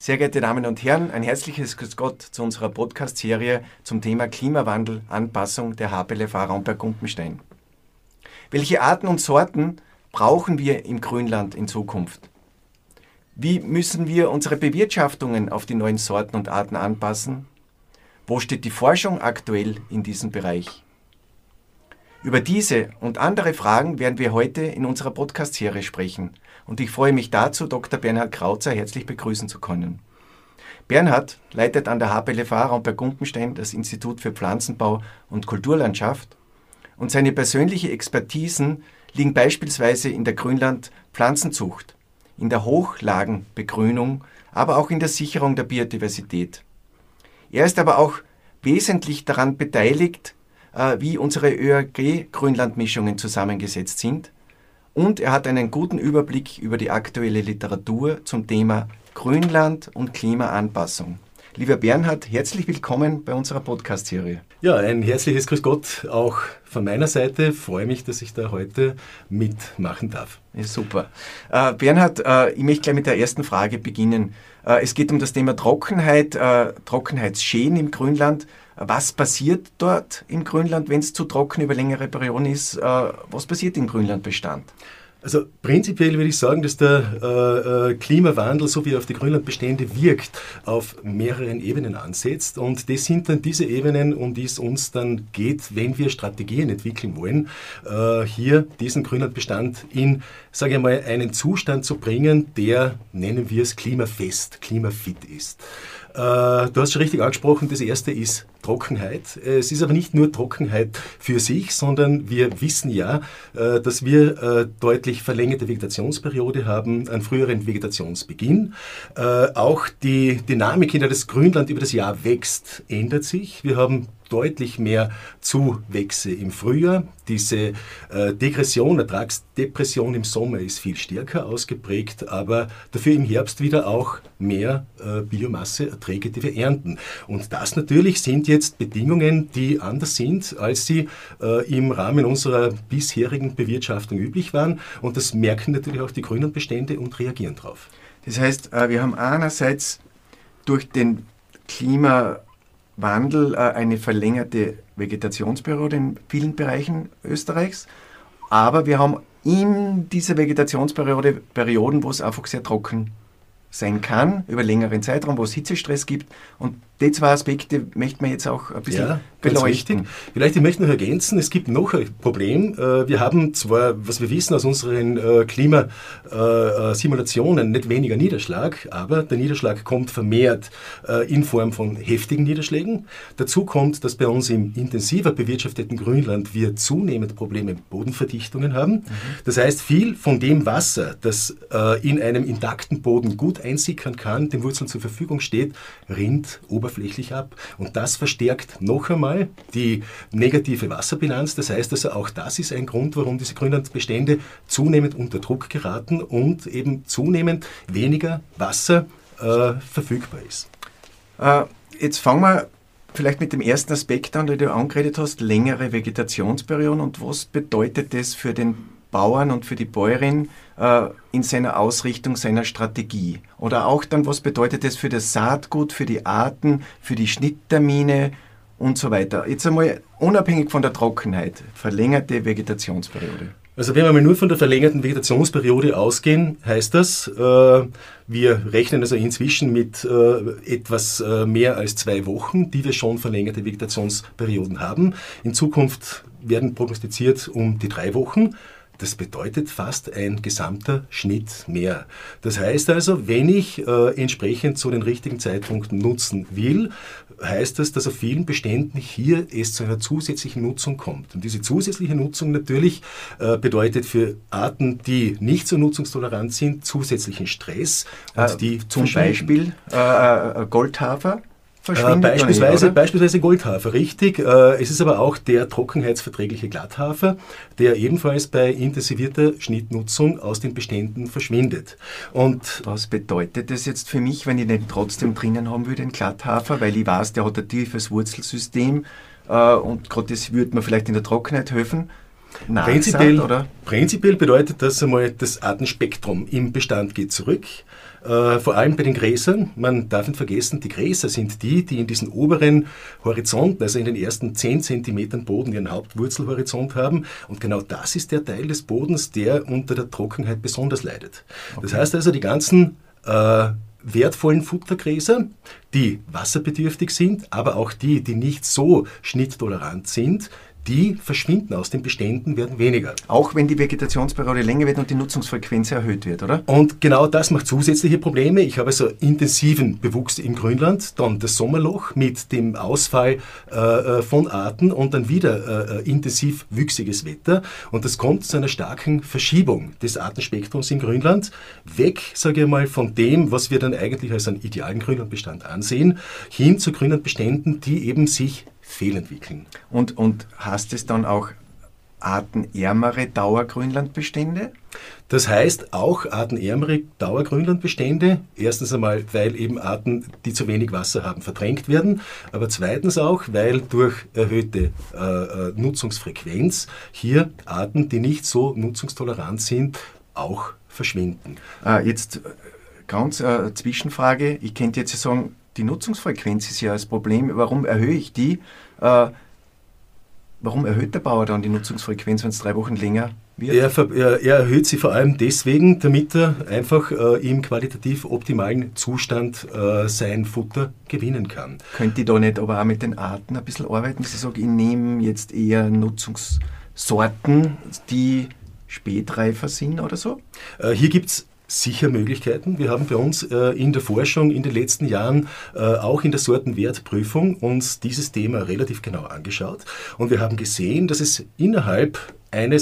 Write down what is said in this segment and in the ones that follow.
Sehr geehrte Damen und Herren, ein herzliches Grüß Gott zu unserer Podcast-Serie zum Thema Klimawandel, Anpassung der HPLFA Raumberg-Gumpenstein. Welche Arten und Sorten brauchen wir im Grünland in Zukunft? Wie müssen wir unsere Bewirtschaftungen auf die neuen Sorten und Arten anpassen? Wo steht die Forschung aktuell in diesem Bereich? Über diese und andere Fragen werden wir heute in unserer Podcast-Serie sprechen. Und ich freue mich dazu, Dr. Bernhard Krautzer herzlich begrüßen zu können. Bernhard leitet an der HPLFA Raumberg-Gumpenstein das Institut für Pflanzenbau und Kulturlandschaft und seine persönliche Expertisen liegen beispielsweise in der Grünland-Pflanzenzucht, in der Hochlagenbegrünung, aber auch in der Sicherung der Biodiversität. Er ist aber auch wesentlich daran beteiligt, wie unsere ÖAG-Grünlandmischungen zusammengesetzt sind. Und er hat einen guten Überblick über die aktuelle Literatur zum Thema Grünland und Klimaanpassung. Lieber Bernhard, herzlich willkommen bei unserer Podcast-Serie. Ja, ein herzliches Grüß Gott auch von meiner Seite. Freue mich, dass ich da heute mitmachen darf. Ja, super. Bernhard, ich möchte gleich mit der ersten Frage beginnen. Es geht um das Thema Trockenheit, Trockenheitsschäden im Grünland. Was passiert dort im Grünland, wenn es zu trocken über längere Perioden ist? Was passiert im Grünlandbestand? Also prinzipiell würde ich sagen, dass der Klimawandel, so wie er auf die Grünlandbestände wirkt, auf mehreren Ebenen ansetzt. Und das sind dann diese Ebenen, um die es uns dann geht, wenn wir Strategien entwickeln wollen, hier diesen Grünlandbestand in, sage ich mal, einen Zustand zu bringen, der, nennen wir es, klimafest, klimafit ist. Du hast schon richtig angesprochen, das erste ist Trockenheit. Es ist aber nicht nur Trockenheit für sich, sondern wir wissen ja, dass wir deutlich verlängerte Vegetationsperiode haben, einen früheren Vegetationsbeginn. Auch die Dynamik, in der das Grünland über das Jahr wächst, ändert sich. Wir haben deutlich mehr Zuwächse im Frühjahr. Diese Degression, Ertragsdepression im Sommer ist viel stärker ausgeprägt, aber dafür im Herbst wieder auch mehr Biomasseerträge, die wir ernten. Und das natürlich sind jetzt Bedingungen, die anders sind, als sie im Rahmen unserer bisherigen Bewirtschaftung üblich waren. Und das merken natürlich auch die Grünlandbestände und reagieren drauf. Das heißt, wir haben einerseits durch den Klimawandel eine verlängerte Vegetationsperiode in vielen Bereichen Österreichs, aber wir haben in dieser Vegetationsperiode Perioden, wo es einfach sehr trocken sein kann, über längeren Zeitraum, wo es Hitzestress gibt. Und die zwei Aspekte möchten wir jetzt auch ein bisschen beleuchten. Vielleicht ich möchte noch ergänzen, es gibt noch ein Problem. Wir haben zwar, was wir wissen aus unseren Klimasimulationen, nicht weniger Niederschlag, aber der Niederschlag kommt vermehrt in Form von heftigen Niederschlägen. Dazu kommt, dass bei uns im intensiver bewirtschafteten Grünland wir zunehmend Probleme mit Bodenverdichtungen haben. Das heißt, viel von dem Wasser, das in einem intakten Boden gut einsickern kann, den Wurzeln zur Verfügung steht, rinnt oberflächlich ab. Und das verstärkt noch einmal die negative Wasserbilanz. Das heißt also, auch das ist ein Grund, warum diese Grünlandbestände zunehmend unter Druck geraten und eben zunehmend weniger Wasser verfügbar ist. Jetzt fangen wir vielleicht mit dem ersten Aspekt an, den du angeredet hast, längere Vegetationsperioden. Und was bedeutet das für den Bauern und für die Bäuerin in seiner Ausrichtung, seiner Strategie? Oder auch dann, was bedeutet das für das Saatgut, für die Arten, für die Schnitttermine und so weiter? Jetzt einmal unabhängig von der Trockenheit, verlängerte Vegetationsperiode. Also wenn wir mal nur von der verlängerten Vegetationsperiode ausgehen, heißt das, wir rechnen also inzwischen mit etwas mehr als 2 Wochen, die wir schon verlängerte Vegetationsperioden haben. In Zukunft werden prognostiziert um die 3 Wochen. Das bedeutet fast ein gesamter Schnitt mehr. Das heißt also, wenn ich entsprechend zu den richtigen Zeitpunkten nutzen will, heißt das, dass auf vielen Beständen hier es zu einer zusätzlichen Nutzung kommt. Und diese zusätzliche Nutzung natürlich bedeutet für Arten, die nicht so nutzungstolerant sind, zusätzlichen Stress. Und die zum Beispiel Goldhafer? Beispielsweise Goldhafer, richtig. Es ist aber auch der trockenheitsverträgliche Glatthafer, der ebenfalls bei intensivierter Schnittnutzung aus den Beständen verschwindet. Und was bedeutet das jetzt für mich, wenn ich den trotzdem drinnen haben will, den Glatthafer, weil ich weiß, der hat ein tiefes Wurzelsystem und gerade das würde mir vielleicht in der Trockenheit helfen. Prinzipiell bedeutet das einmal, das Artenspektrum im Bestand geht zurück. Vor allem bei den Gräsern. Man darf nicht vergessen, die Gräser sind die in diesen oberen Horizonten, also in den ersten 10 Zentimetern Boden, ihren Hauptwurzelhorizont haben. Und genau das ist der Teil des Bodens, der unter der Trockenheit besonders leidet. Okay. Das heißt also, die ganzen wertvollen Futtergräser, die wasserbedürftig sind, aber auch die nicht so schnitttolerant sind, die verschwinden aus den Beständen, werden weniger. Auch wenn die Vegetationsperiode länger wird und die Nutzungsfrequenz erhöht wird, oder? Und genau das macht zusätzliche Probleme. Ich habe also intensiven Bewuchs im Grünland, dann das Sommerloch mit dem Ausfall von Arten und dann wieder intensiv wüchsiges Wetter. Und das kommt zu einer starken Verschiebung des Artenspektrums im Grünland. Weg, sage ich mal, von dem, was wir dann eigentlich als einen idealen Grünlandbestand ansehen, hin zu Grünlandbeständen, die eben sich fehlentwickeln. Und hast es dann auch artenärmere Dauergrünlandbestände? Das heißt auch artenärmere Dauergrünlandbestände. Erstens einmal, weil eben Arten, die zu wenig Wasser haben, verdrängt werden. Aber zweitens auch, weil durch erhöhte Nutzungsfrequenz hier Arten, die nicht so nutzungstolerant sind, auch verschwinden. Jetzt ganz Zwischenfrage. Ich könnte jetzt sagen, die Nutzungsfrequenz ist ja das Problem. Warum erhöhe ich die? Warum erhöht der Bauer dann die Nutzungsfrequenz, wenn es 3 Wochen länger wird? Er erhöht sie vor allem deswegen, damit er einfach im qualitativ optimalen Zustand sein Futter gewinnen kann. Könnte ich da nicht aber auch mit den Arten ein bisschen arbeiten? Ich sage, ich nehme jetzt eher Nutzungssorten, die spätreifer sind oder so? Hier gibt es sicher Möglichkeiten. Wir haben bei uns in der Forschung in den letzten Jahren auch in der Sortenwertprüfung uns dieses Thema relativ genau angeschaut und wir haben gesehen, dass es innerhalb einer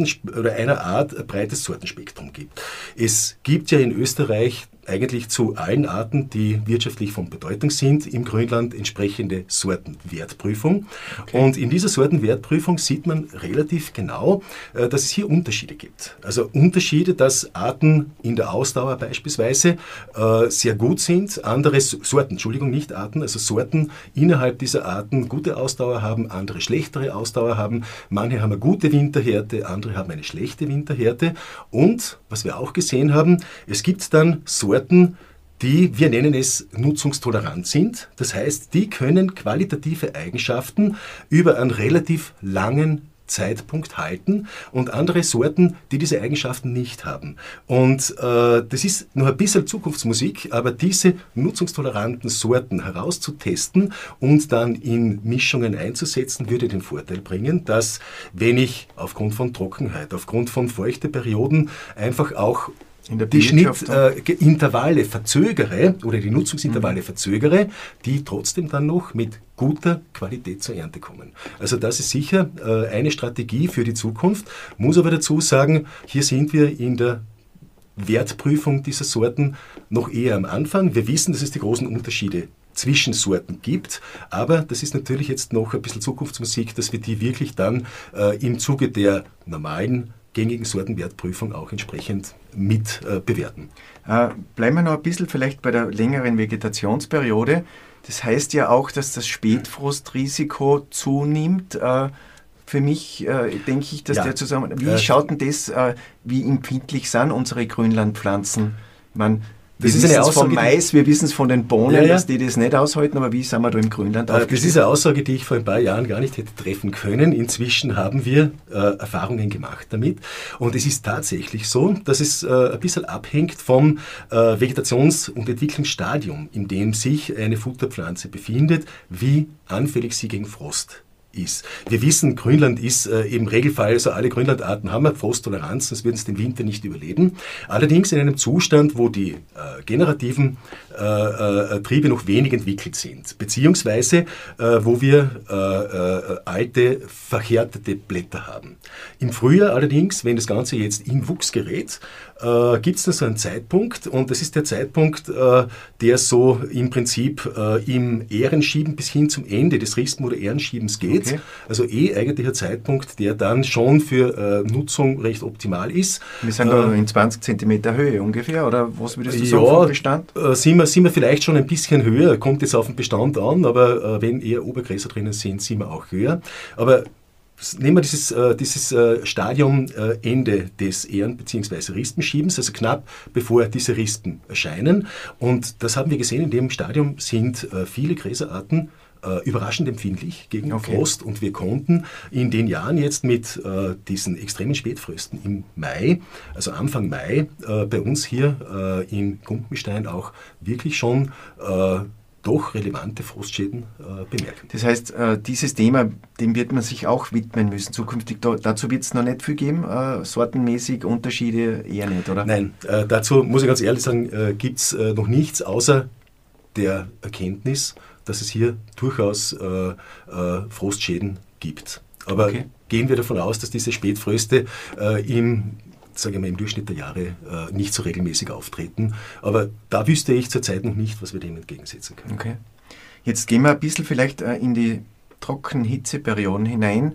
Art ein breites Sortenspektrum gibt. Es gibt ja in Österreich eigentlich zu allen Arten, die wirtschaftlich von Bedeutung sind, im Grünland entsprechende Sortenwertprüfung. Okay. Und in dieser Sortenwertprüfung sieht man relativ genau, dass es hier Unterschiede gibt. Also Unterschiede, dass Arten in der Ausdauer beispielsweise sehr gut sind, andere Sorten, Entschuldigung, nicht Arten, also Sorten innerhalb dieser Arten gute Ausdauer haben, andere schlechtere Ausdauer haben. Manche haben eine gute Winterhärte, andere haben eine schlechte Winterhärte. Und, was wir auch gesehen haben, es gibt dann Sorten, die, wir nennen es, nutzungstolerant sind. Das heißt, die können qualitative Eigenschaften über einen relativ langen Zeitpunkt halten und andere Sorten, die diese Eigenschaften nicht haben. Und das ist noch ein bisschen Zukunftsmusik, aber diese nutzungstoleranten Sorten herauszutesten und dann in Mischungen einzusetzen, würde den Vorteil bringen, dass wenn ich aufgrund von Trockenheit, aufgrund von feuchten Perioden einfach auch die Schnittintervalle verzögere oder die Nutzungsintervalle verzögere, die trotzdem dann noch mit guter Qualität zur Ernte kommen. Also das ist sicher eine Strategie für die Zukunft. Muss aber dazu sagen, hier sind wir in der Wertprüfung dieser Sorten noch eher am Anfang. Wir wissen, dass es die großen Unterschiede zwischen Sorten gibt, aber das ist natürlich jetzt noch ein bisschen Zukunftsmusik, dass wir die wirklich dann im Zuge der normalen gängigen Sortenwertprüfung auch entsprechend mit bewerten. Bleiben wir noch ein bisschen vielleicht bei der längeren Vegetationsperiode. Das heißt ja auch, dass das Spätfrostrisiko zunimmt. Für mich denke ich, dass der Zusammenhang... Wie schaut denn das, wie empfindlich sind unsere Grünlandpflanzen? Wir wissen es vom Mais, wir wissen es von den Bohnen, dass die das nicht aushalten, aber wie sind wir da im Grünland aufgestellt? Das ist eine Aussage, die ich vor ein paar Jahren gar nicht hätte treffen können. Inzwischen haben wir Erfahrungen gemacht damit. Und es ist tatsächlich so, dass es ein bisschen abhängt vom Vegetations- und Entwicklungsstadium, in dem sich eine Futterpflanze befindet, wie anfällig sie gegen Frost ist. Wir wissen, Grünland ist im Regelfall, also alle Grünlandarten haben eine Frosttoleranz, sonst würden es den Winter nicht überleben. Allerdings in einem Zustand, wo die generativen Triebe noch wenig entwickelt sind, beziehungsweise wo wir alte, verhärtete Blätter haben. Im Frühjahr allerdings, wenn das Ganze jetzt in Wuchs gerät, gibt es da so einen Zeitpunkt und das ist der Zeitpunkt, der so im Prinzip im Ährenschieben bis hin zum Ende des Rispen- oder Ährenschiebens geht. Okay. Also eigentlich ein Zeitpunkt, der dann schon für Nutzung recht optimal ist. Wir sind da in 20 cm Höhe ungefähr, oder was würdest du sagen vom Bestand? Sind wir vielleicht schon ein bisschen höher, kommt jetzt auf den Bestand an, aber wenn eher Obergräser drinnen sind wir auch höher. Aber nehmen wir dieses Stadium Ende des Ähren- bzw. Rispenschiebens, also knapp bevor diese Rispen erscheinen. Und das haben wir gesehen, in dem Stadium sind viele Gräserarten überraschend empfindlich gegen Frost, und wir konnten in den Jahren jetzt mit diesen extremen Spätfrösten im Mai, also Anfang Mai, bei uns hier in Gumpenstein auch wirklich schon doch relevante Frostschäden bemerken. Das heißt, dieses Thema, dem wird man sich auch widmen müssen zukünftig. Dazu wird es noch nicht viel geben, sortenmäßig Unterschiede eher nicht, oder? Nein, dazu muss ich ganz ehrlich sagen, gibt es noch nichts außer der Erkenntnis, dass es hier durchaus Frostschäden gibt. Aber gehen wir davon aus, dass diese Spätfröste im Durchschnitt der Jahre nicht so regelmäßig auftreten. Aber da wüsste ich zurzeit noch nicht, was wir dem entgegensetzen können. Okay. Jetzt gehen wir ein bisschen vielleicht in die Trockenhitzeperioden hinein.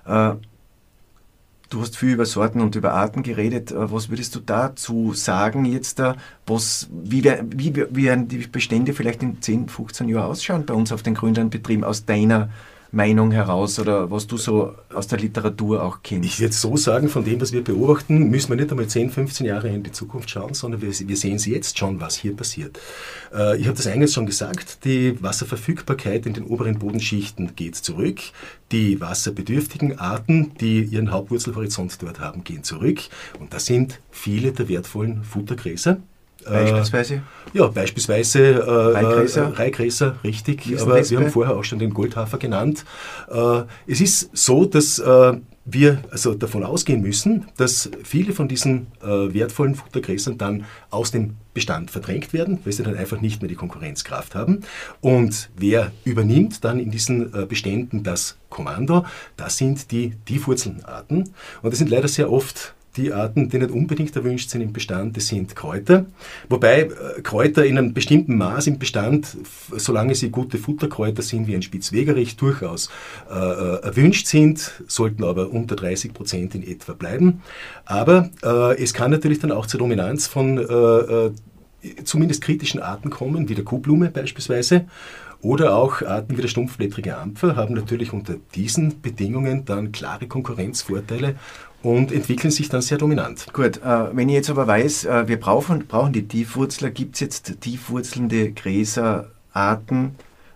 Du hast viel über Sorten und über Arten geredet. Was würdest du dazu sagen jetzt? Wie werden die Bestände vielleicht in 10, 15 Jahren ausschauen bei uns auf den Grünlandbetrieben aus deiner Meinung heraus oder was du so aus der Literatur auch kennst? Ich würde so sagen, von dem, was wir beobachten, müssen wir nicht einmal 10, 15 Jahre in die Zukunft schauen, sondern wir sehen es jetzt schon, was hier passiert. Ich habe das eingangs schon gesagt, die Wasserverfügbarkeit in den oberen Bodenschichten geht zurück. Die wasserbedürftigen Arten, die ihren Hauptwurzelhorizont dort haben, gehen zurück. Und das sind viele der wertvollen Futtergräser. Beispielsweise? Ja, beispielsweise Reihgräser, richtig. Wiesenwespe. Aber wir haben vorher auch schon den Goldhafer genannt. Es ist so, dass wir also davon ausgehen müssen, dass viele von diesen wertvollen Futtergräsern dann aus dem Bestand verdrängt werden, weil sie dann einfach nicht mehr die Konkurrenzkraft haben. Und wer übernimmt dann in diesen Beständen das Kommando? Das sind die Tiefwurzelarten. Und das sind leider sehr oft die Arten, die nicht unbedingt erwünscht sind im Bestand, das sind Kräuter. Wobei Kräuter in einem bestimmten Maß im Bestand, solange sie gute Futterkräuter sind, wie ein Spitzwegerich, durchaus erwünscht sind, sollten aber unter 30% in etwa bleiben. Aber es kann natürlich dann auch zur Dominanz von zumindest kritischen Arten kommen, wie der Kuhblume beispielsweise. Oder auch Arten wie der stumpfblättrige Ampfer haben natürlich unter diesen Bedingungen dann klare Konkurrenzvorteile und entwickeln sich dann sehr dominant. Gut, wenn ich jetzt aber weiß, wir brauchen die Tiefwurzler, gibt es jetzt tiefwurzelnde Gräserarten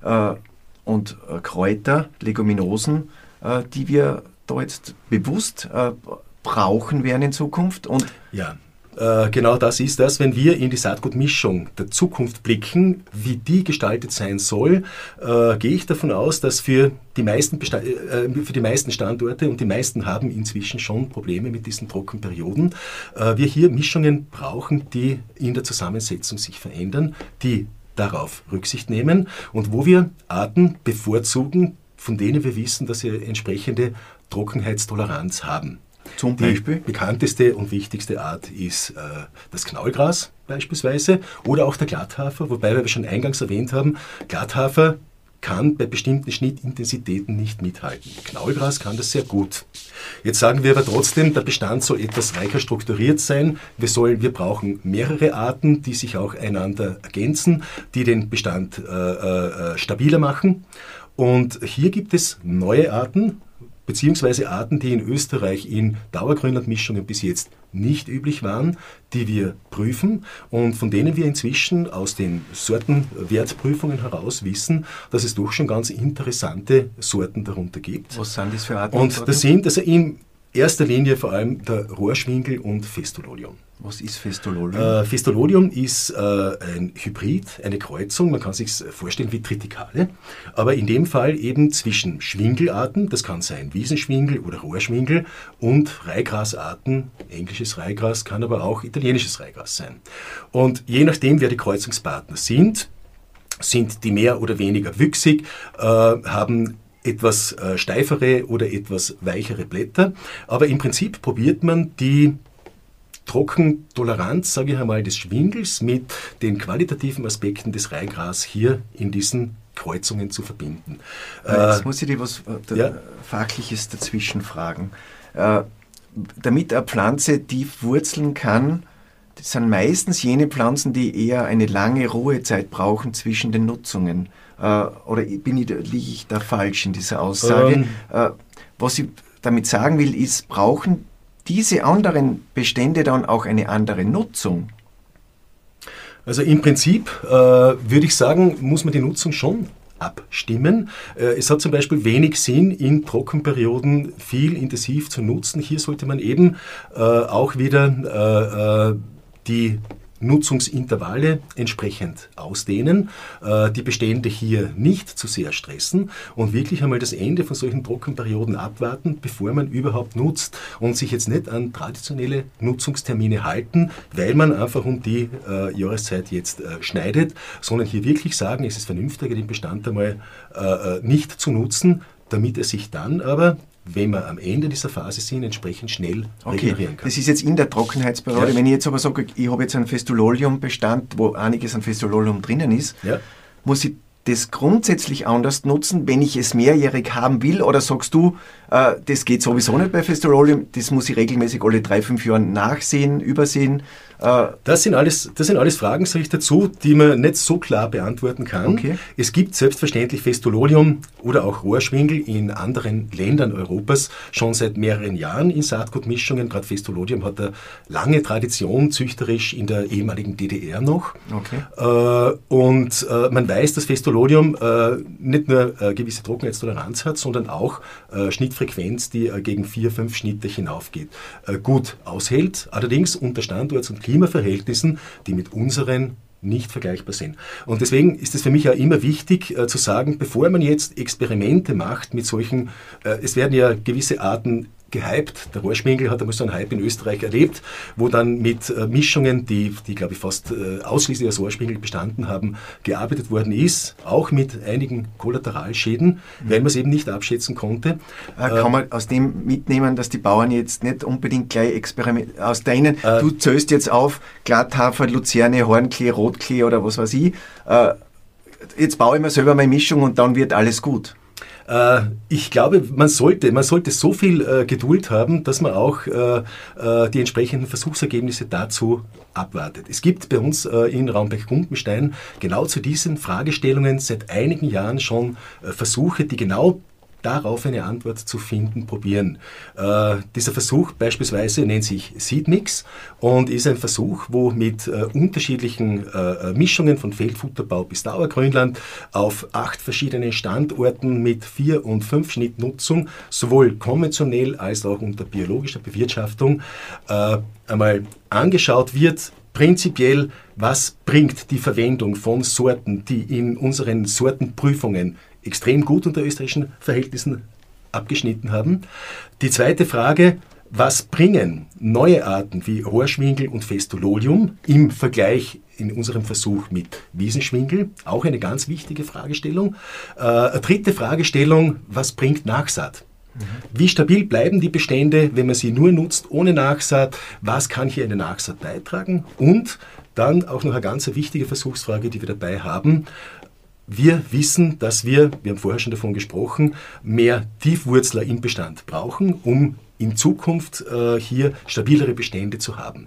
und Kräuter, Leguminosen, die wir da jetzt bewusst brauchen werden in Zukunft? Und ja. Genau das ist das, wenn wir in die Saatgutmischung der Zukunft blicken, wie die gestaltet sein soll, gehe ich davon aus, dass für die meisten Standorte, und die meisten haben inzwischen schon Probleme mit diesen Trockenperioden, wir hier Mischungen brauchen, die in der Zusammensetzung sich verändern, die darauf Rücksicht nehmen und wo wir Arten bevorzugen, von denen wir wissen, dass sie entsprechende Trockenheitstoleranz haben. Zum Beispiel? Die bekannteste und wichtigste Art ist das Knaulgras beispielsweise oder auch der Glatthafer, wobei wir schon eingangs erwähnt haben, Glatthafer kann bei bestimmten Schnittintensitäten nicht mithalten. Knaulgras kann das sehr gut. Jetzt sagen wir aber trotzdem, der Bestand soll etwas reicher strukturiert sein. Wir brauchen mehrere Arten, die sich auch einander ergänzen, die den Bestand stabiler machen. Und hier gibt es neue Arten, beziehungsweise Arten, die in Österreich in Dauergrünlandmischungen bis jetzt nicht üblich waren, die wir prüfen und von denen wir inzwischen aus den Sortenwertprüfungen heraus wissen, dass es doch schon ganz interessante Sorten darunter gibt. Was sind das für Arten? Und das sind also in erster Linie vor allem der Rohrschwingel und Festololium. Was ist Festololium? Festololium ist ein Hybrid, eine Kreuzung, man kann sich vorstellen wie Tritikale, aber in dem Fall eben zwischen Schwingelarten, das kann sein Wiesenschwingel oder Rohrschwingel, und Reihgrasarten, englisches Reihgras kann aber auch italienisches Reihgras sein. Und je nachdem, wer die Kreuzungspartner sind die mehr oder weniger wüchsig, haben etwas steifere oder etwas weichere Blätter, aber im Prinzip probiert man die Trockentoleranz, sage ich einmal, des Schwingels mit den qualitativen Aspekten des Reihgras hier in diesen Kreuzungen zu verbinden. Jetzt muss ich dir was Fachliches dazwischen fragen. Damit eine Pflanze tief wurzeln kann, das sind meistens jene Pflanzen, die eher eine lange Ruhezeit brauchen zwischen den Nutzungen. Oder liege ich da falsch in dieser Aussage? Was ich damit sagen will, ist, brauchen diese anderen Bestände dann auch eine andere Nutzung? Also im Prinzip würde ich sagen, muss man die Nutzung schon abstimmen. Es hat zum Beispiel wenig Sinn, in Trockenperioden viel intensiv zu nutzen. Hier sollte man eben auch wieder die Nutzungsintervalle entsprechend ausdehnen, die Bestände hier nicht zu sehr stressen und wirklich einmal das Ende von solchen Trockenperioden abwarten, bevor man überhaupt nutzt und sich jetzt nicht an traditionelle Nutzungstermine halten, weil man einfach um die Jahreszeit jetzt schneidet, sondern hier wirklich sagen, es ist vernünftiger, den Bestand einmal nicht zu nutzen, damit er sich dann aber, wenn wir am Ende dieser Phase sind, entsprechend schnell regenerieren kann. Das ist jetzt in der Trockenheitsperiode. Ja. Wenn ich jetzt aber sage, ich habe jetzt einen Festololium-Bestand, wo einiges an Festololium drinnen ist, muss ich das grundsätzlich anders nutzen, wenn ich es mehrjährig haben will? Oder sagst du, das geht sowieso nicht bei Festololium, das muss ich regelmäßig alle 3-5 Jahre nachsehen, übersehen? Das sind alles Fragen, sage ich dazu, die man nicht so klar beantworten kann. Okay. Es gibt selbstverständlich Festololium oder auch Rohrschwingel in anderen Ländern Europas schon seit mehreren Jahren in Saatgutmischungen. Gerade Festololium hat eine lange Tradition, züchterisch in der ehemaligen DDR noch. Okay. Und man weiß, dass Festololium nicht nur eine gewisse Trockenheitstoleranz hat, sondern auch Schnittfrequenz, die gegen 4-5 Schnitte hinaufgeht, gut aushält. Allerdings unter Standorts- und Klimaverhältnissen, die mit unseren nicht vergleichbar sind. Und deswegen ist es für mich auch immer wichtig zu sagen, bevor man jetzt Experimente macht mit solchen, es werden ja gewisse Arten gehypt. Der Rohrschwingel hat einmal so einen Hype in Österreich erlebt, wo dann mit Mischungen, die glaube ich fast ausschließlich aus Rohrschwingel bestanden haben, gearbeitet worden ist, auch mit einigen Kollateralschäden, weil man es eben nicht abschätzen konnte. Kann man aus dem mitnehmen, dass die Bauern jetzt nicht unbedingt gleich aus deinen, du zählst jetzt auf Glatthafer, Luzerne, Hornklee, Rotklee oder was weiß ich, jetzt baue ich mir selber meine Mischung und dann wird alles gut. Ich glaube, man sollte so viel Geduld haben, dass man auch die entsprechenden Versuchsergebnisse dazu abwartet. Es gibt bei uns in Raumberg-Gumpenstein genau zu diesen Fragestellungen seit einigen Jahren schon Versuche, die genau darauf eine Antwort zu finden, probieren. Dieser Versuch beispielsweise nennt sich Seedmix und ist ein Versuch, wo mit unterschiedlichen Mischungen von Feldfutterbau bis Dauergrünland auf 8 verschiedenen Standorten mit 4- und 5-Schnittnutzung, sowohl konventionell als auch unter biologischer Bewirtschaftung, einmal angeschaut wird, prinzipiell, was bringt die Verwendung von Sorten, die in unseren Sortenprüfungen extrem gut unter österreichischen Verhältnissen abgeschnitten haben. Die zweite Frage, was bringen neue Arten wie Rohrschwingel und Festololium im Vergleich in unserem Versuch mit Wiesenschwingel? Auch eine ganz wichtige Fragestellung. Eine dritte Fragestellung, was bringt Nachsaat? Wie stabil bleiben die Bestände, wenn man sie nur nutzt ohne Nachsaat? Was kann hier eine Nachsaat beitragen? Und dann auch noch eine ganz wichtige Versuchsfrage, die wir dabei haben. Wir wissen, dass wir haben vorher schon davon gesprochen, mehr Tiefwurzler im Bestand brauchen, um in Zukunft hier stabilere Bestände zu haben.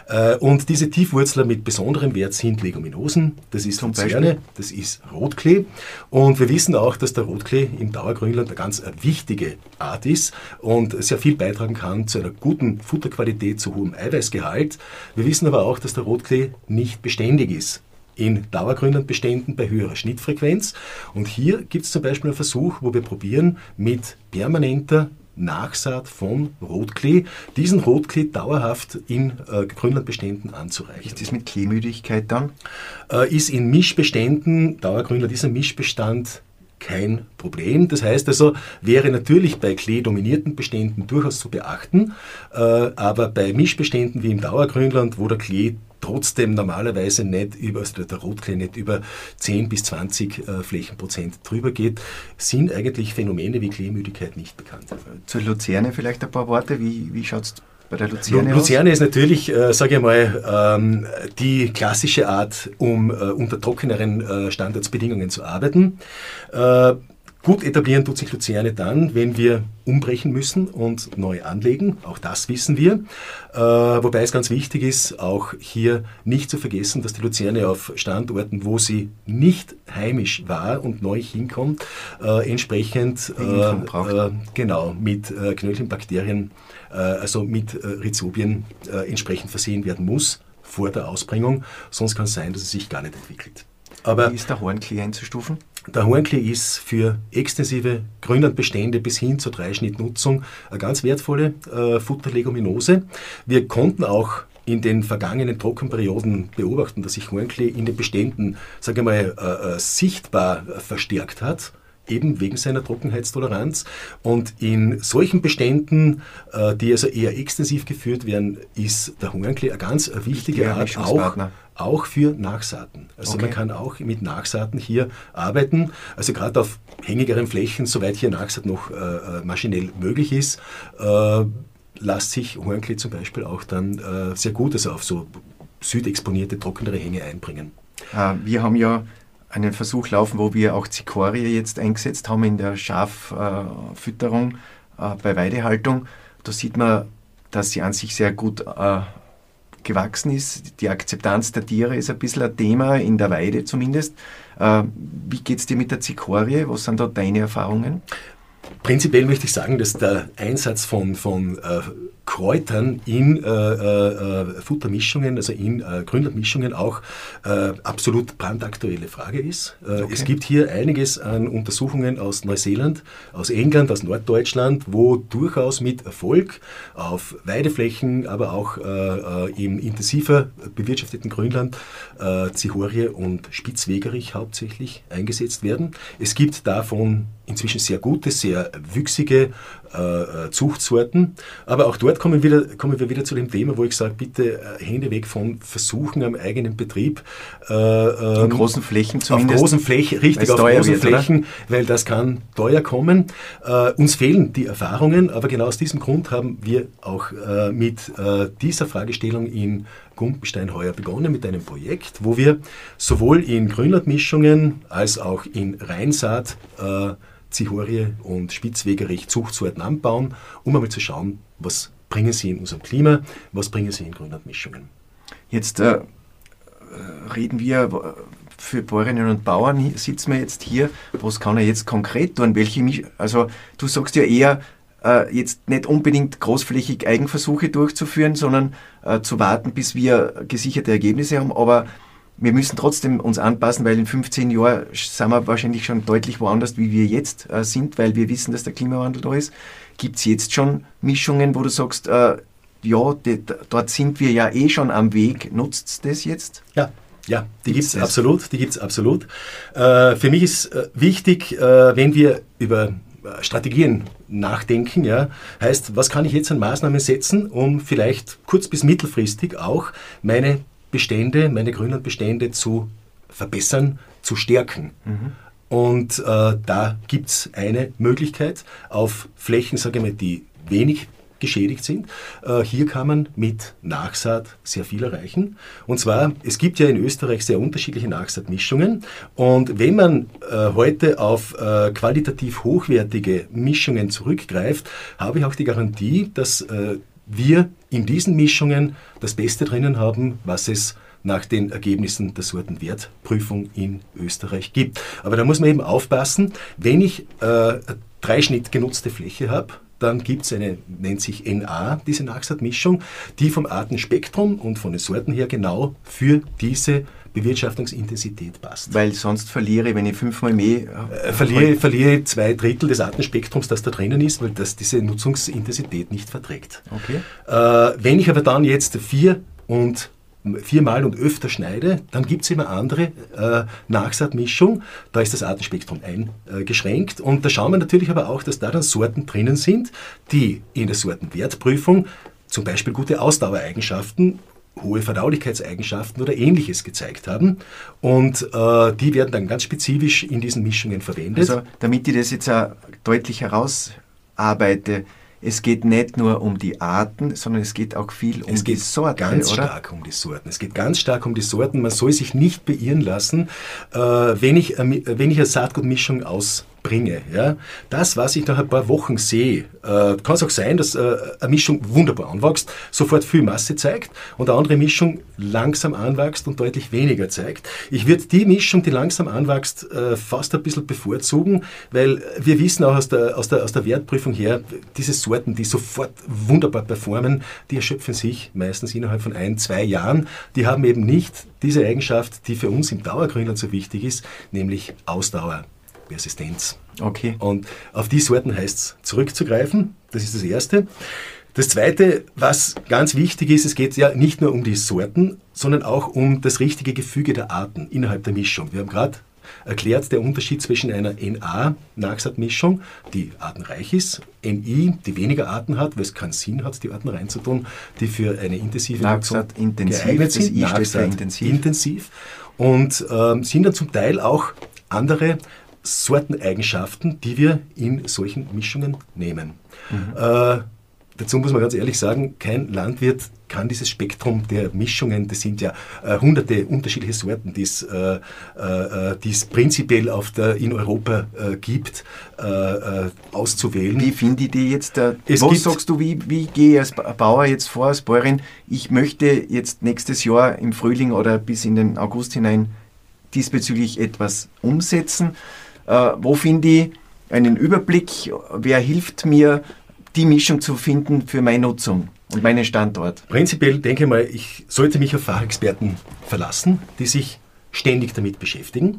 Und diese Tiefwurzler mit besonderem Wert sind Leguminosen, das ist Luzerne, das ist Rotklee. Und wir wissen auch, dass der Rotklee im Dauergrünland eine ganz wichtige Art ist und sehr viel beitragen kann zu einer guten Futterqualität, zu hohem Eiweißgehalt. Wir wissen aber auch, dass der Rotklee nicht beständig ist in Dauergrünlandbeständen bei höherer Schnittfrequenz. Und hier gibt es zum Beispiel einen Versuch, wo wir probieren, mit permanenter Nachsaat von Rotklee, diesen Rotklee dauerhaft in Grünlandbeständen anzureichern. Ist das mit Kleemüdigkeit dann? Ist in Mischbeständen, Dauergrünland ist ein Mischbestand, kein Problem. Das heißt also, wäre natürlich bei Klee-dominierten Beständen durchaus zu beachten, aber bei Mischbeständen wie im Dauergrünland, wo der Klee trotzdem normalerweise nicht über, also der Rotklee nicht über 10 bis 20 Flächenprozent drüber geht, sind eigentlich Phänomene wie Kleemüdigkeit nicht bekannt. Zur Luzerne vielleicht ein paar Worte. Wie schaut es bei der Luzerne aus? Luzerne ist natürlich, sage ich mal, die klassische Art, um unter trockeneren Standortsbedingungen zu arbeiten. Gut etablieren tut sich Luzerne dann, wenn wir umbrechen müssen und neu anlegen. Auch das wissen wir. Wobei es ganz wichtig ist, auch hier nicht zu vergessen, dass die Luzerne auf Standorten, wo sie nicht heimisch war und neu hinkommt, entsprechend genau mit Knöllchenbakterien, also mit Rhizobien entsprechend versehen werden muss vor der Ausbringung. Sonst kann es sein, dass es sich gar nicht entwickelt. Aber wie ist der Hornklee einzustufen? Der Hornklee ist für extensive Grünlandbestände bis hin zur Dreischnittnutzung eine ganz wertvolle Futterleguminose. Wir konnten auch in den vergangenen Trockenperioden beobachten, dass sich Hornklee in den Beständen, sage ich mal, sichtbar verstärkt hat, eben wegen seiner Trockenheitstoleranz. Und in solchen Beständen, die also eher extensiv geführt werden, ist der Hornklee eine ganz wichtige Art, auch für Nachsaaten. Also okay. Man kann auch mit Nachsaaten hier arbeiten, also gerade auf hängigeren Flächen, soweit hier Nachsaat noch maschinell möglich ist, lässt sich Hornklee zum Beispiel auch dann sehr gut, also auf so südexponierte, trockenere Hänge einbringen. Wir haben ja einen Versuch laufen, wo wir auch Zikorie jetzt eingesetzt haben in der Schaffütterung bei Weidehaltung. Da sieht man, dass sie an sich sehr gut gewachsen ist. Die Akzeptanz der Tiere ist ein bisschen ein Thema, in der Weide zumindest. Wie geht es dir mit der Zikorie? Was sind da deine Erfahrungen? Prinzipiell möchte ich sagen, dass der Einsatz von Kräutern in Futtermischungen, also in Grünlandmischungen auch absolut brandaktuelle Frage ist. Okay. Es gibt hier einiges an Untersuchungen aus Neuseeland, aus England, aus Norddeutschland, wo durchaus mit Erfolg auf Weideflächen, aber auch im intensiver bewirtschafteten Grünland Zihorie und Spitzwegerich hauptsächlich eingesetzt werden. Es gibt davon inzwischen sehr gute, sehr wüchsige Zuchtsorten. Aber auch dort kommen wir wieder zu dem Thema, wo ich sage, bitte Hände weg von Versuchen am eigenen Betrieb. In großen Flächen zumindest. Auf großen Flächen, richtig, auf großen Flächen, oder? Weil das kann teuer kommen. Uns fehlen die Erfahrungen, aber genau aus diesem Grund haben wir auch mit dieser Fragestellung in Gumpenstein heuer begonnen mit einem Projekt, wo wir sowohl in Grünlandmischungen als auch in Reinsaat Zihorie und Spitzwegerich Zuchtsorten anbauen, um einmal zu schauen, was bringen sie in unserem Klima, was bringen sie in Grünlandmischungen. Jetzt reden wir für Bäuerinnen und Bauern, sitzen wir jetzt hier, was kann er jetzt konkret tun? Also du sagst ja eher, jetzt nicht unbedingt großflächig Eigenversuche durchzuführen, sondern zu warten, bis wir gesicherte Ergebnisse haben, aber wir müssen trotzdem uns anpassen, weil in 15 Jahren sind wir wahrscheinlich schon deutlich woanders, wie wir jetzt sind, weil wir wissen, dass der Klimawandel da ist. Gibt es jetzt schon Mischungen, wo du sagst, dort sind wir ja eh schon am Weg. Nutzt das jetzt? Ja, die gibt es absolut. Für mich ist wichtig, wenn wir über Strategien nachdenken, ja, heißt, was kann ich jetzt an Maßnahmen setzen, um vielleicht kurz- bis mittelfristig auch meine Grünlandbestände zu verbessern, zu stärken. Mhm. Und da gibt es eine Möglichkeit auf Flächen, sage ich mal, die wenig geschädigt sind. Hier kann man mit Nachsaat sehr viel erreichen. Und zwar, es gibt ja in Österreich sehr unterschiedliche Nachsaatmischungen. Und wenn man heute auf qualitativ hochwertige Mischungen zurückgreift, habe ich auch die Garantie, dass wir in diesen Mischungen das Beste drinnen haben, was es nach den Ergebnissen der Sortenwertprüfung in Österreich gibt. Aber da muss man eben aufpassen, wenn ich Dreischnitt genutzte Fläche habe, dann gibt es eine, nennt sich NA, diese Nachsaatmischung, die vom Artenspektrum und von den Sorten her genau für diese Bewirtschaftungsintensität passt. Weil sonst verliere, wenn ich 5-mal mehr... verliere 2/3 des Artenspektrums, das da drinnen ist, weil das diese Nutzungsintensität nicht verträgt. Okay. Wenn ich aber dann jetzt 4-mal und öfter schneide, dann gibt es immer andere Nachsaatmischung. Da ist das Artenspektrum eingeschränkt. Und da schauen wir natürlich aber auch, dass da dann Sorten drinnen sind, die in der Sortenwertprüfung zum Beispiel gute Ausdauereigenschaften, hohe Verdaulichkeitseigenschaften oder Ähnliches gezeigt haben. Und die werden dann ganz spezifisch in diesen Mischungen verwendet. Also damit ich das jetzt auch deutlich herausarbeite, es geht nicht nur um die Arten, sondern es geht auch viel um die Sorten, ganz oder? Stark um die Sorten. Es geht ganz stark um die Sorten. Man soll sich nicht beirren lassen. Wenn ich eine Saatgutmischung ausprobiere, bringe, ja, das, was ich nach ein paar Wochen sehe, kann es auch sein, dass eine Mischung wunderbar anwächst, sofort viel Masse zeigt und eine andere Mischung langsam anwächst und deutlich weniger zeigt. Ich würde die Mischung, die langsam anwächst, fast ein bisschen bevorzugen, weil wir wissen auch aus der Wertprüfung her, diese Sorten, die sofort wunderbar performen, die erschöpfen sich meistens innerhalb von 1-2 Jahren. Die haben eben nicht diese Eigenschaft, die für uns im Dauergrünland so wichtig ist, nämlich Ausdauer. Persistenz. Okay. Und auf die Sorten heißt es zurückzugreifen. Das ist das Erste. Das Zweite, was ganz wichtig ist, es geht ja nicht nur um die Sorten, sondern auch um das richtige Gefüge der Arten innerhalb der Mischung. Wir haben gerade erklärt, der Unterschied zwischen einer NA-Naxat-Mischung, die artenreich ist, NI, die weniger Arten hat, weil es keinen Sinn hat, die Arten reinzutun, die für eine intensive Nutzung geeignet sind. Naxat intensiv. Und sind dann zum Teil auch andere Sorteneigenschaften, die wir in solchen Mischungen nehmen. Dazu muss man ganz ehrlich sagen, kein Landwirt kann dieses Spektrum der Mischungen, das sind ja hunderte unterschiedliche Sorten, die es prinzipiell in Europa gibt, auszuwählen. Wie finde ich die jetzt? Was sagst du, wie gehe ich als Bauer jetzt vor, als Bäuerin? Ich möchte jetzt nächstes Jahr im Frühling oder bis in den August hinein diesbezüglich etwas umsetzen. Wo finde ich einen Überblick? Wer hilft mir, die Mischung zu finden für meine Nutzung und meinen Standort? Prinzipiell denke ich mal, ich sollte mich auf Fachexperten verlassen, die sich ständig damit beschäftigen.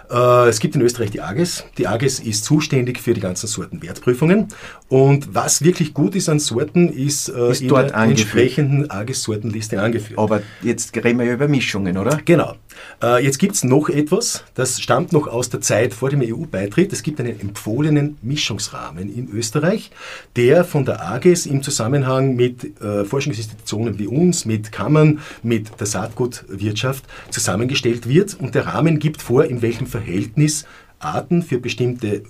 Es gibt in Österreich die AGES. Die AGES ist zuständig für die ganzen Sortenwertprüfungen. Und was wirklich gut ist an Sorten, ist in der entsprechenden AGES-Sortenliste angeführt. Aber jetzt reden wir ja über Mischungen, oder? Genau. Jetzt gibt es noch etwas, das stammt noch aus der Zeit vor dem EU-Beitritt. Es gibt einen empfohlenen Mischungsrahmen in Österreich, der von der AGES im Zusammenhang mit Forschungsinstitutionen wie uns, mit Kammern, mit der Saatgutwirtschaft zusammengestellt wird. Und der Rahmen gibt vor, in welchem Verhältnis Arten für bestimmte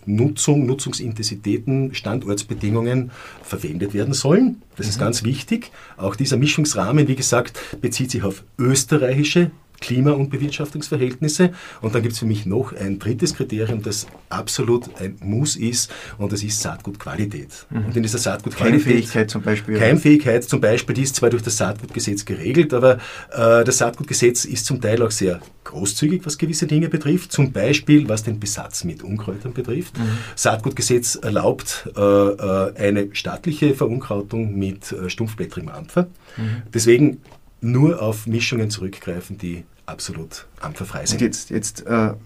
Nutzungsintensitäten, Standortsbedingungen verwendet werden sollen. Das ist ganz wichtig. Auch dieser Mischungsrahmen, wie gesagt, bezieht sich auf österreichische Klima- und Bewirtschaftungsverhältnisse. Und dann gibt es für mich noch ein drittes Kriterium, das absolut ein Muss ist, und das ist Saatgutqualität. Und in dieser Saatgutqualität... Keimfähigkeit zum Beispiel. Keimfähigkeit zum Beispiel, die ist zwar durch das Saatgutgesetz geregelt, aber das Saatgutgesetz ist zum Teil auch sehr großzügig, was gewisse Dinge betrifft, zum Beispiel was den Besatz mit Unkräutern betrifft. Saatgutgesetz erlaubt eine stattliche Verunkrautung mit stumpfblättrigem Ampfer. Deswegen nur auf Mischungen zurückgreifen, die absolut ampferfrei sind. Und jetzt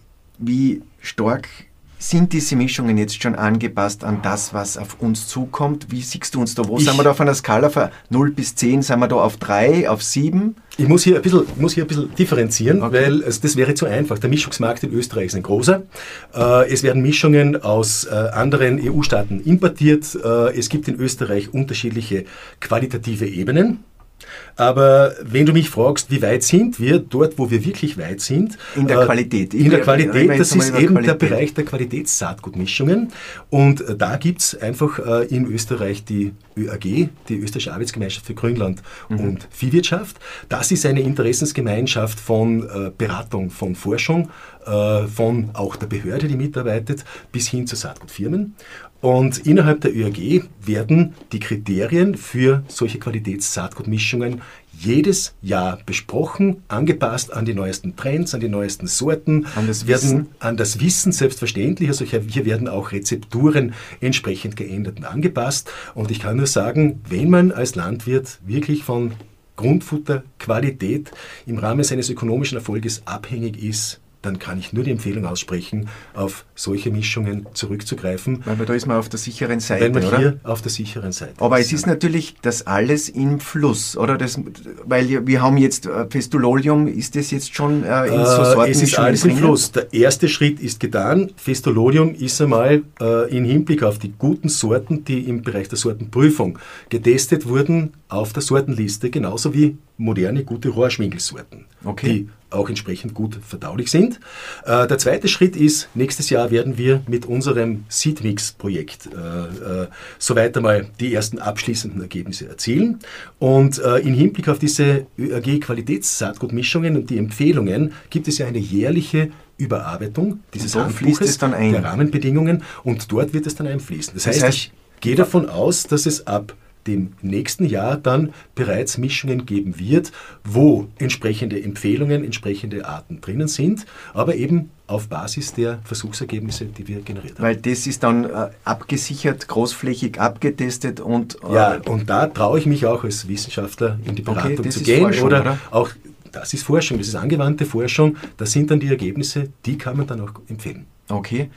wie stark sind diese Mischungen jetzt schon angepasst an das, was auf uns zukommt? Wie siehst du uns da? Wo sind wir da auf einer Skala von 0 bis 10? Sind wir da auf 3, auf 7? Ich muss hier ein bisschen differenzieren, weil das wäre zu einfach. Der Mischungsmarkt in Österreich ist ein großer. Es werden Mischungen aus anderen EU-Staaten importiert. Es gibt in Österreich unterschiedliche qualitative Ebenen. Aber wenn du mich fragst, wie weit sind wir, dort wo wir wirklich weit sind, in der Qualität. Das ist eben der Bereich der Qualitätssaatgutmischungen. Und da gibt es einfach in Österreich die ÖAG, die Österreichische Arbeitsgemeinschaft für Grünland und Viehwirtschaft. Das ist eine Interessensgemeinschaft von Beratung, von Forschung, von auch der Behörde, die mitarbeitet, bis hin zu Saatgutfirmen. Und innerhalb der ÖAG werden die Kriterien für solche Qualitätssaatgutmischungen jedes Jahr besprochen, angepasst an die neuesten Trends, an die neuesten Sorten, an das Wissen selbstverständlich. Also hier werden auch Rezepturen entsprechend geändert und angepasst. Und ich kann nur sagen, wenn man als Landwirt wirklich von Grundfutterqualität im Rahmen seines ökonomischen Erfolges abhängig ist, dann kann ich nur die Empfehlung aussprechen, auf solche Mischungen zurückzugreifen. Weil da ist man auf der sicheren Seite, weil man oder? Hier auf der sicheren Seite Aber es ist natürlich das alles im Fluss, oder? Weil wir haben jetzt Festololium, ist das jetzt schon in so Sorten? Es ist alles im Fluss. Der erste Schritt ist getan. Festololium ist einmal im Hinblick auf die guten Sorten, die im Bereich der Sortenprüfung getestet wurden, auf der Sortenliste, genauso wie moderne, gute Rohrschwingelsorten, die auch entsprechend gut verdaulich sind. Der zweite Schritt ist, nächstes Jahr werden wir mit unserem Seedmix-Projekt soweit einmal die ersten abschließenden Ergebnisse erzielen. Und im Hinblick auf diese ÖAG-Qualitätssaatgutmischungen und die Empfehlungen gibt es ja eine jährliche Überarbeitung dieses dort fließt Handbuches es dann ein. der Rahmenbedingungen und dort wird es dann einfließen. Das heißt, ich gehe davon aus, dass es ab dem nächsten Jahr dann bereits Mischungen geben wird, wo entsprechende Empfehlungen, entsprechende Arten drinnen sind, aber eben auf Basis der Versuchsergebnisse, die wir generiert haben. Weil das ist dann abgesichert, großflächig abgetestet und... ja, und da traue ich mich auch als Wissenschaftler in die Beratung zu gehen. Forschung, oder auch, das ist Forschung, das ist angewandte Forschung, das sind dann die Ergebnisse, die kann man dann auch empfehlen. Okay.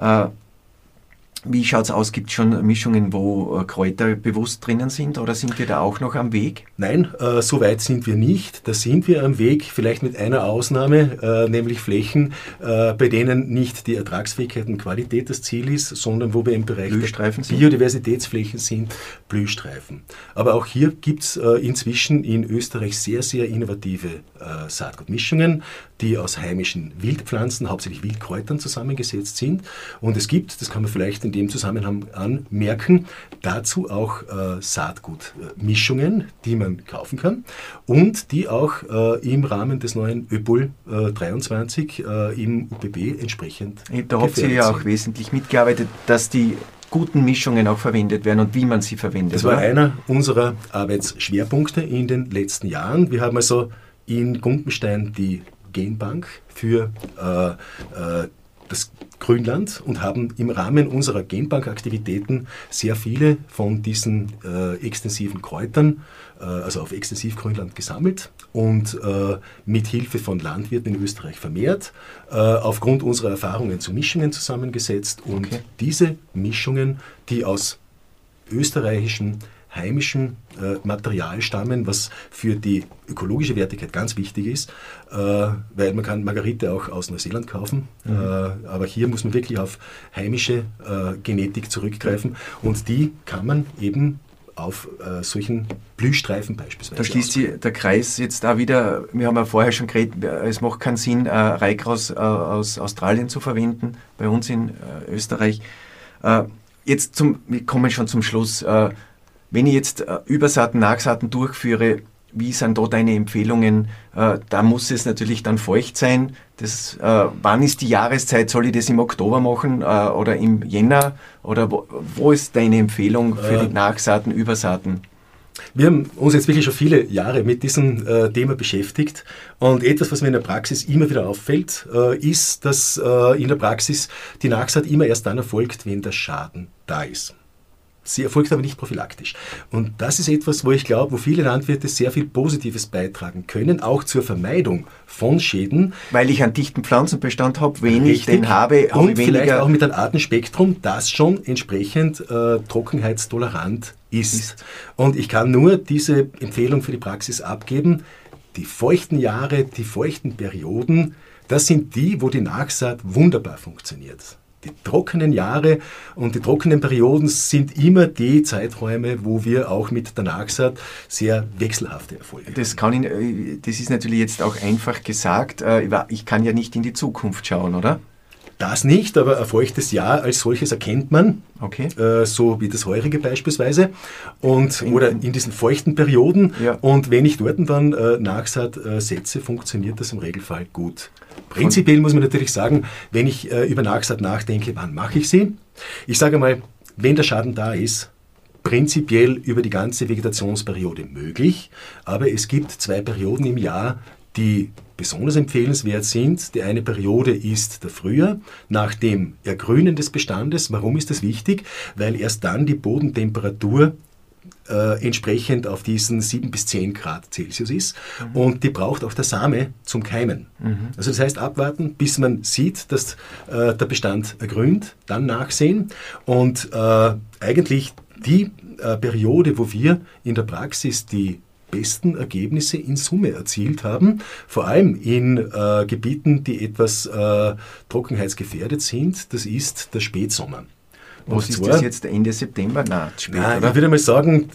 Wie schaut es aus? Gibt es schon Mischungen, wo Kräuter bewusst drinnen sind oder sind wir da auch noch am Weg? Nein, so weit sind wir nicht. Da sind wir am Weg, vielleicht mit einer Ausnahme, nämlich Flächen, bei denen nicht die Ertragsfähigkeit und Qualität das Ziel ist, sondern wo wir im Bereich der Biodiversitätsflächen sind, Blühstreifen. Aber auch hier gibt es inzwischen in Österreich sehr, sehr innovative Saatgutmischungen, die aus heimischen Wildpflanzen, hauptsächlich Wildkräutern zusammengesetzt sind. Und es gibt, das kann man vielleicht in dem Zusammenhang anmerken, dazu auch Saatgutmischungen, die man kaufen kann und die auch im Rahmen des neuen ÖPOL 23 im UPB entsprechend da habt ihr ja auch wesentlich mitgearbeitet, dass die guten Mischungen auch verwendet werden und wie man sie verwendet. Das war einer unserer Arbeitsschwerpunkte in den letzten Jahren. Wir haben also in Gumpenstein die Genbank für das Grünland und haben im Rahmen unserer Genbankaktivitäten sehr viele von diesen extensiven Kräutern, also auf Extensivgrünland gesammelt und mit Hilfe von Landwirten in Österreich vermehrt, aufgrund unserer Erfahrungen zu Mischungen zusammengesetzt und diese Mischungen, die aus österreichischen heimischen Material stammen, was für die ökologische Wertigkeit ganz wichtig ist, weil man kann Margarite auch aus Neuseeland kaufen, aber hier muss man wirklich auf heimische Genetik zurückgreifen und die kann man eben auf solchen Blühstreifen beispielsweise. Da schließt sich der Kreis jetzt da wieder, wir haben ja vorher schon geredet, es macht keinen Sinn, Reikros aus Australien zu verwenden, bei uns in Österreich. Wir kommen schon zum Schluss. Wenn ich jetzt Übersaaten, Nachsaaten durchführe, wie sind da deine Empfehlungen? Da muss es natürlich dann feucht sein. Wann ist die Jahreszeit? Soll ich das im Oktober machen oder im Jänner? Oder wo ist deine Empfehlung für die Nachsaaten, Übersaaten? Wir haben uns jetzt wirklich schon viele Jahre mit diesem Thema beschäftigt und etwas, was mir in der Praxis immer wieder auffällt, ist, dass in der Praxis die Nachsaat immer erst dann erfolgt, wenn der Schaden da ist. Sie erfolgt aber nicht prophylaktisch. Und das ist etwas, wo ich glaube, wo viele Landwirte sehr viel Positives beitragen können, auch zur Vermeidung von Schäden. Weil ich einen dichten Pflanzenbestand habe, wenn ich den habe, habe ich weniger. Vielleicht auch mit einem Artenspektrum, das schon entsprechend trockenheitstolerant ist. Und ich kann nur diese Empfehlung für die Praxis abgeben. Die feuchten Jahre, die feuchten Perioden, das sind die, wo die Nachsaat wunderbar funktioniert. Die trockenen Jahre und die trockenen Perioden sind immer die Zeiträume, wo wir auch mit der Nachsaat sehr wechselhafte Erfolge haben. Das ist natürlich jetzt auch einfach gesagt. Ich kann ja nicht in die Zukunft schauen, oder? Das nicht, aber ein feuchtes Jahr als solches erkennt man, so wie das heurige beispielsweise, oder in diesen feuchten Perioden. Ja. Und wenn ich dort dann Nachsaat setze, funktioniert das im Regelfall gut. Prinzipiell muss man natürlich sagen, wenn ich über Nachsaat nachdenke, wann mache ich sie? Ich sage mal, wenn der Schaden da ist, prinzipiell über die ganze Vegetationsperiode möglich, aber es gibt 2 Perioden im Jahr, die besonders empfehlenswert sind. Die eine Periode ist der Frühjahr, nach dem Ergrünen des Bestandes. Warum ist das wichtig? Weil erst dann die Bodentemperatur entsprechend auf diesen 7 bis 10 Grad Celsius ist und die braucht auch der Same zum Keimen. Also das heißt abwarten, bis man sieht, dass der Bestand ergrünt, dann nachsehen und eigentlich die Periode, wo wir in der Praxis die besten Ergebnisse in Summe erzielt haben, vor allem in Gebieten, die etwas trockenheitsgefährdet sind, das ist der Spätsommer. Was ist das jetzt, Ende September? Nein, spät, oder? Ich würde mal sagen,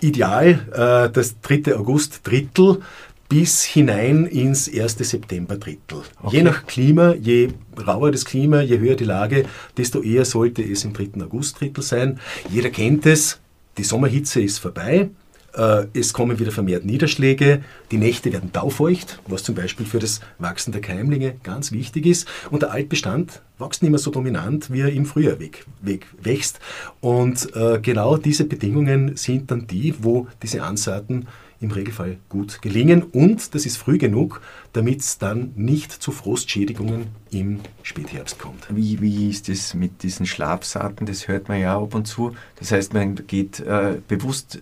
ideal das 3. August Drittel bis hinein ins 1. September Drittel. Okay. Je nach Klima, je rauer das Klima, je höher die Lage, desto eher sollte es im 3. August Drittel sein. Jeder kennt es, die Sommerhitze ist vorbei. Es kommen wieder vermehrt Niederschläge, die Nächte werden taufeucht, was zum Beispiel für das Wachsen der Keimlinge ganz wichtig ist. Und der Altbestand wächst nicht mehr so dominant, wie er im Frühjahr wächst. Und genau diese Bedingungen sind dann die, wo diese Ansaaten im Regelfall gut gelingen. Und das ist früh genug, damit es dann nicht zu Frostschädigungen im Spätherbst kommt. Wie ist es mit diesen Schlafsaaten? Das hört man ja ab und zu. Das heißt, man geht bewusst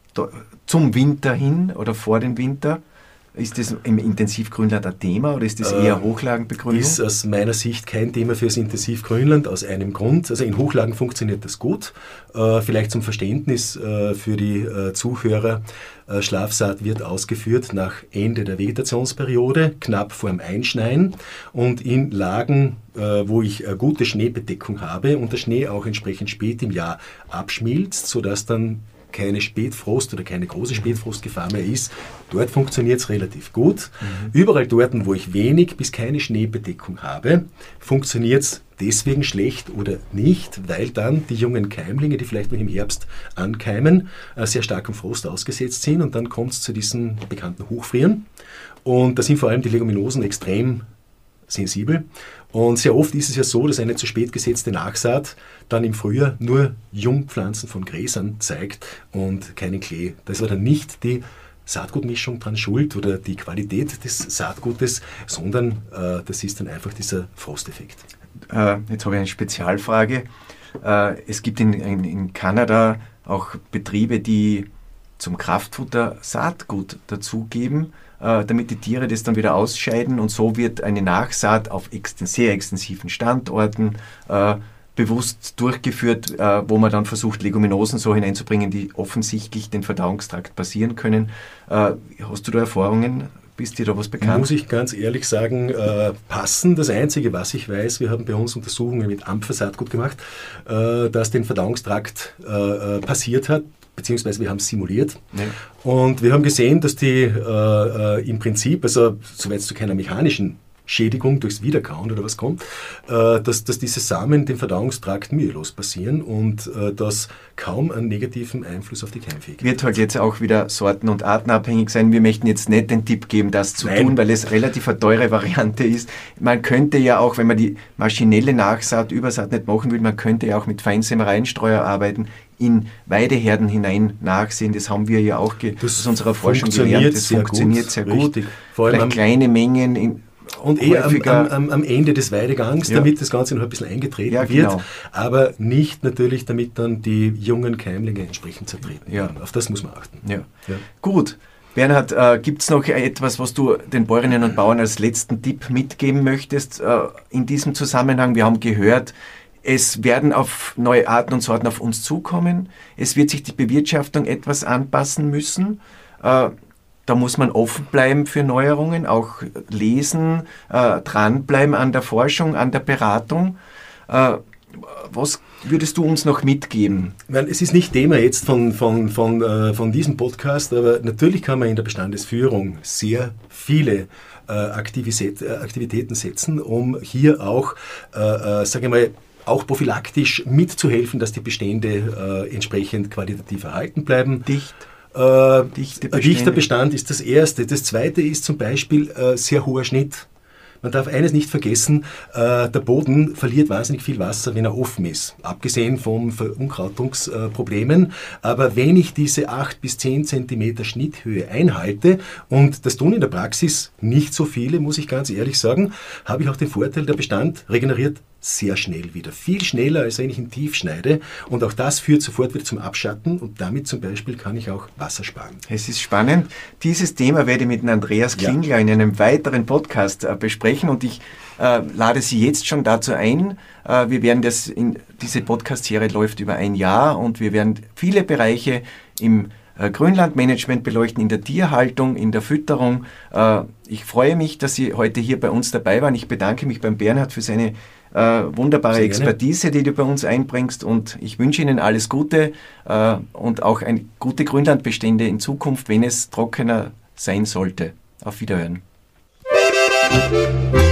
zum Winter hin oder vor dem Winter. Ist das im Intensivgrünland ein Thema oder ist das eher Hochlagenbegrünung? Ist aus meiner Sicht kein Thema fürs Intensivgrünland aus einem Grund. Also in Hochlagen funktioniert das gut. Vielleicht zum Verständnis für die Zuhörer. Schlafsaat wird ausgeführt nach Ende der Vegetationsperiode, knapp vor dem Einschneien und in Lagen, wo ich gute Schneebedeckung habe und der Schnee auch entsprechend spät im Jahr abschmilzt, sodass dann keine Spätfrost oder keine große Spätfrostgefahr mehr ist. Dort funktioniert es relativ gut. Überall dort, wo ich wenig bis keine Schneebedeckung habe, funktioniert es deswegen schlecht oder nicht, weil dann die jungen Keimlinge, die vielleicht noch im Herbst ankeimen, sehr stark am Frost ausgesetzt sind und dann kommt es zu diesen bekannten Hochfrieren. Und da sind vor allem die Leguminosen extrem sensibel. Und sehr oft ist es ja so, dass eine zu spät gesetzte Nachsaat dann im Frühjahr nur Jungpflanzen von Gräsern zeigt und keinen Klee. Da ist aber dann nicht die Saatgutmischung dran schuld oder die Qualität des Saatgutes, sondern das ist dann einfach dieser Frosteffekt. Jetzt habe ich eine Spezialfrage. Es gibt in Kanada auch Betriebe, die zum Kraftfutter Saatgut dazugeben, damit die Tiere das dann wieder ausscheiden und so wird eine Nachsaat auf sehr extensiven Standorten bewusst durchgeführt, wo man dann versucht, Leguminosen so hineinzubringen, die offensichtlich den Verdauungstrakt passieren können. Hast du da Erfahrungen? Ist dir da was bekannt? Muss ich ganz ehrlich sagen, passen. Das Einzige, was ich weiß, wir haben bei uns Untersuchungen mit Ampfersaatgut gemacht, das den Verdauungstrakt passiert hat, beziehungsweise wir haben es simuliert. Ja. Und wir haben gesehen, dass die im Prinzip, also soweit es zu keiner mechanischen Schädigung durchs Wiederkauen oder was kommt, dass diese Samen dem Verdauungstrakt mühelos passieren und das kaum einen negativen Einfluss auf die Keimfähigkeit. Wird halt jetzt auch wieder sorten- und artenabhängig sein. Wir möchten jetzt nicht den Tipp geben, das zu tun, weil es relativ eine teure Variante ist. Man könnte ja auch, wenn man die maschinelle Nachsaat, Übersaat nicht machen will, man könnte ja auch mit Feinsämereienstreuer arbeiten, in Weideherden hinein nachsehen. Das haben wir ja auch aus unserer Forschung gelernt. Das funktioniert sehr gut. Vor allem vielleicht kleine Mengen und eher am Ende des Weidegangs, damit das Ganze noch ein bisschen eingetreten wird, aber nicht natürlich, damit dann die jungen Keimlinge entsprechend zertreten werden. Auf das muss man achten. Ja. Gut. Bernhard, gibt es noch etwas, was du den Bäuerinnen und Bauern als letzten Tipp mitgeben möchtest in diesem Zusammenhang? Wir haben gehört, es werden auf neue Arten und Sorten auf uns zukommen. Es wird sich die Bewirtschaftung etwas anpassen müssen. Da muss man offen bleiben für Neuerungen, auch lesen, dranbleiben an der Forschung, an der Beratung. Was würdest du uns noch mitgeben? Es ist nicht Thema jetzt von diesem Podcast, aber natürlich kann man in der Bestandesführung sehr viele Aktivitäten setzen, um hier auch, sage ich mal, auch prophylaktisch mitzuhelfen, dass die Bestände entsprechend qualitativ erhalten bleiben. Dichter Bestand ist das Erste. Das Zweite ist zum Beispiel sehr hoher Schnitt. Man darf eines nicht vergessen, der Boden verliert wahnsinnig viel Wasser, wenn er offen ist, abgesehen von Verunkrautungsproblemen. Aber wenn ich diese 8 bis 10 Zentimeter Schnitthöhe einhalte, und das tun in der Praxis nicht so viele, muss ich ganz ehrlich sagen, habe ich auch den Vorteil, der Bestand regeneriert sehr schnell wieder. Viel schneller, als wenn ich ihn tief schneide. Und auch das führt sofort wieder zum Abschatten und damit zum Beispiel kann ich auch Wasser sparen. Es ist spannend. Dieses Thema werde ich mit Andreas Klingler in einem weiteren Podcast besprechen und ich lade Sie jetzt schon dazu ein. Wir werden diese Podcast-Serie läuft über ein Jahr und wir werden viele Bereiche im Grünlandmanagement beleuchten, in der Tierhaltung, in der Fütterung. Ich freue mich, dass Sie heute hier bei uns dabei waren. Ich bedanke mich beim Bernhard für seine wunderbare Expertise, die du bei uns einbringst und ich wünsche Ihnen alles Gute und auch gute Grünlandbestände in Zukunft, wenn es trockener sein sollte. Auf Wiederhören.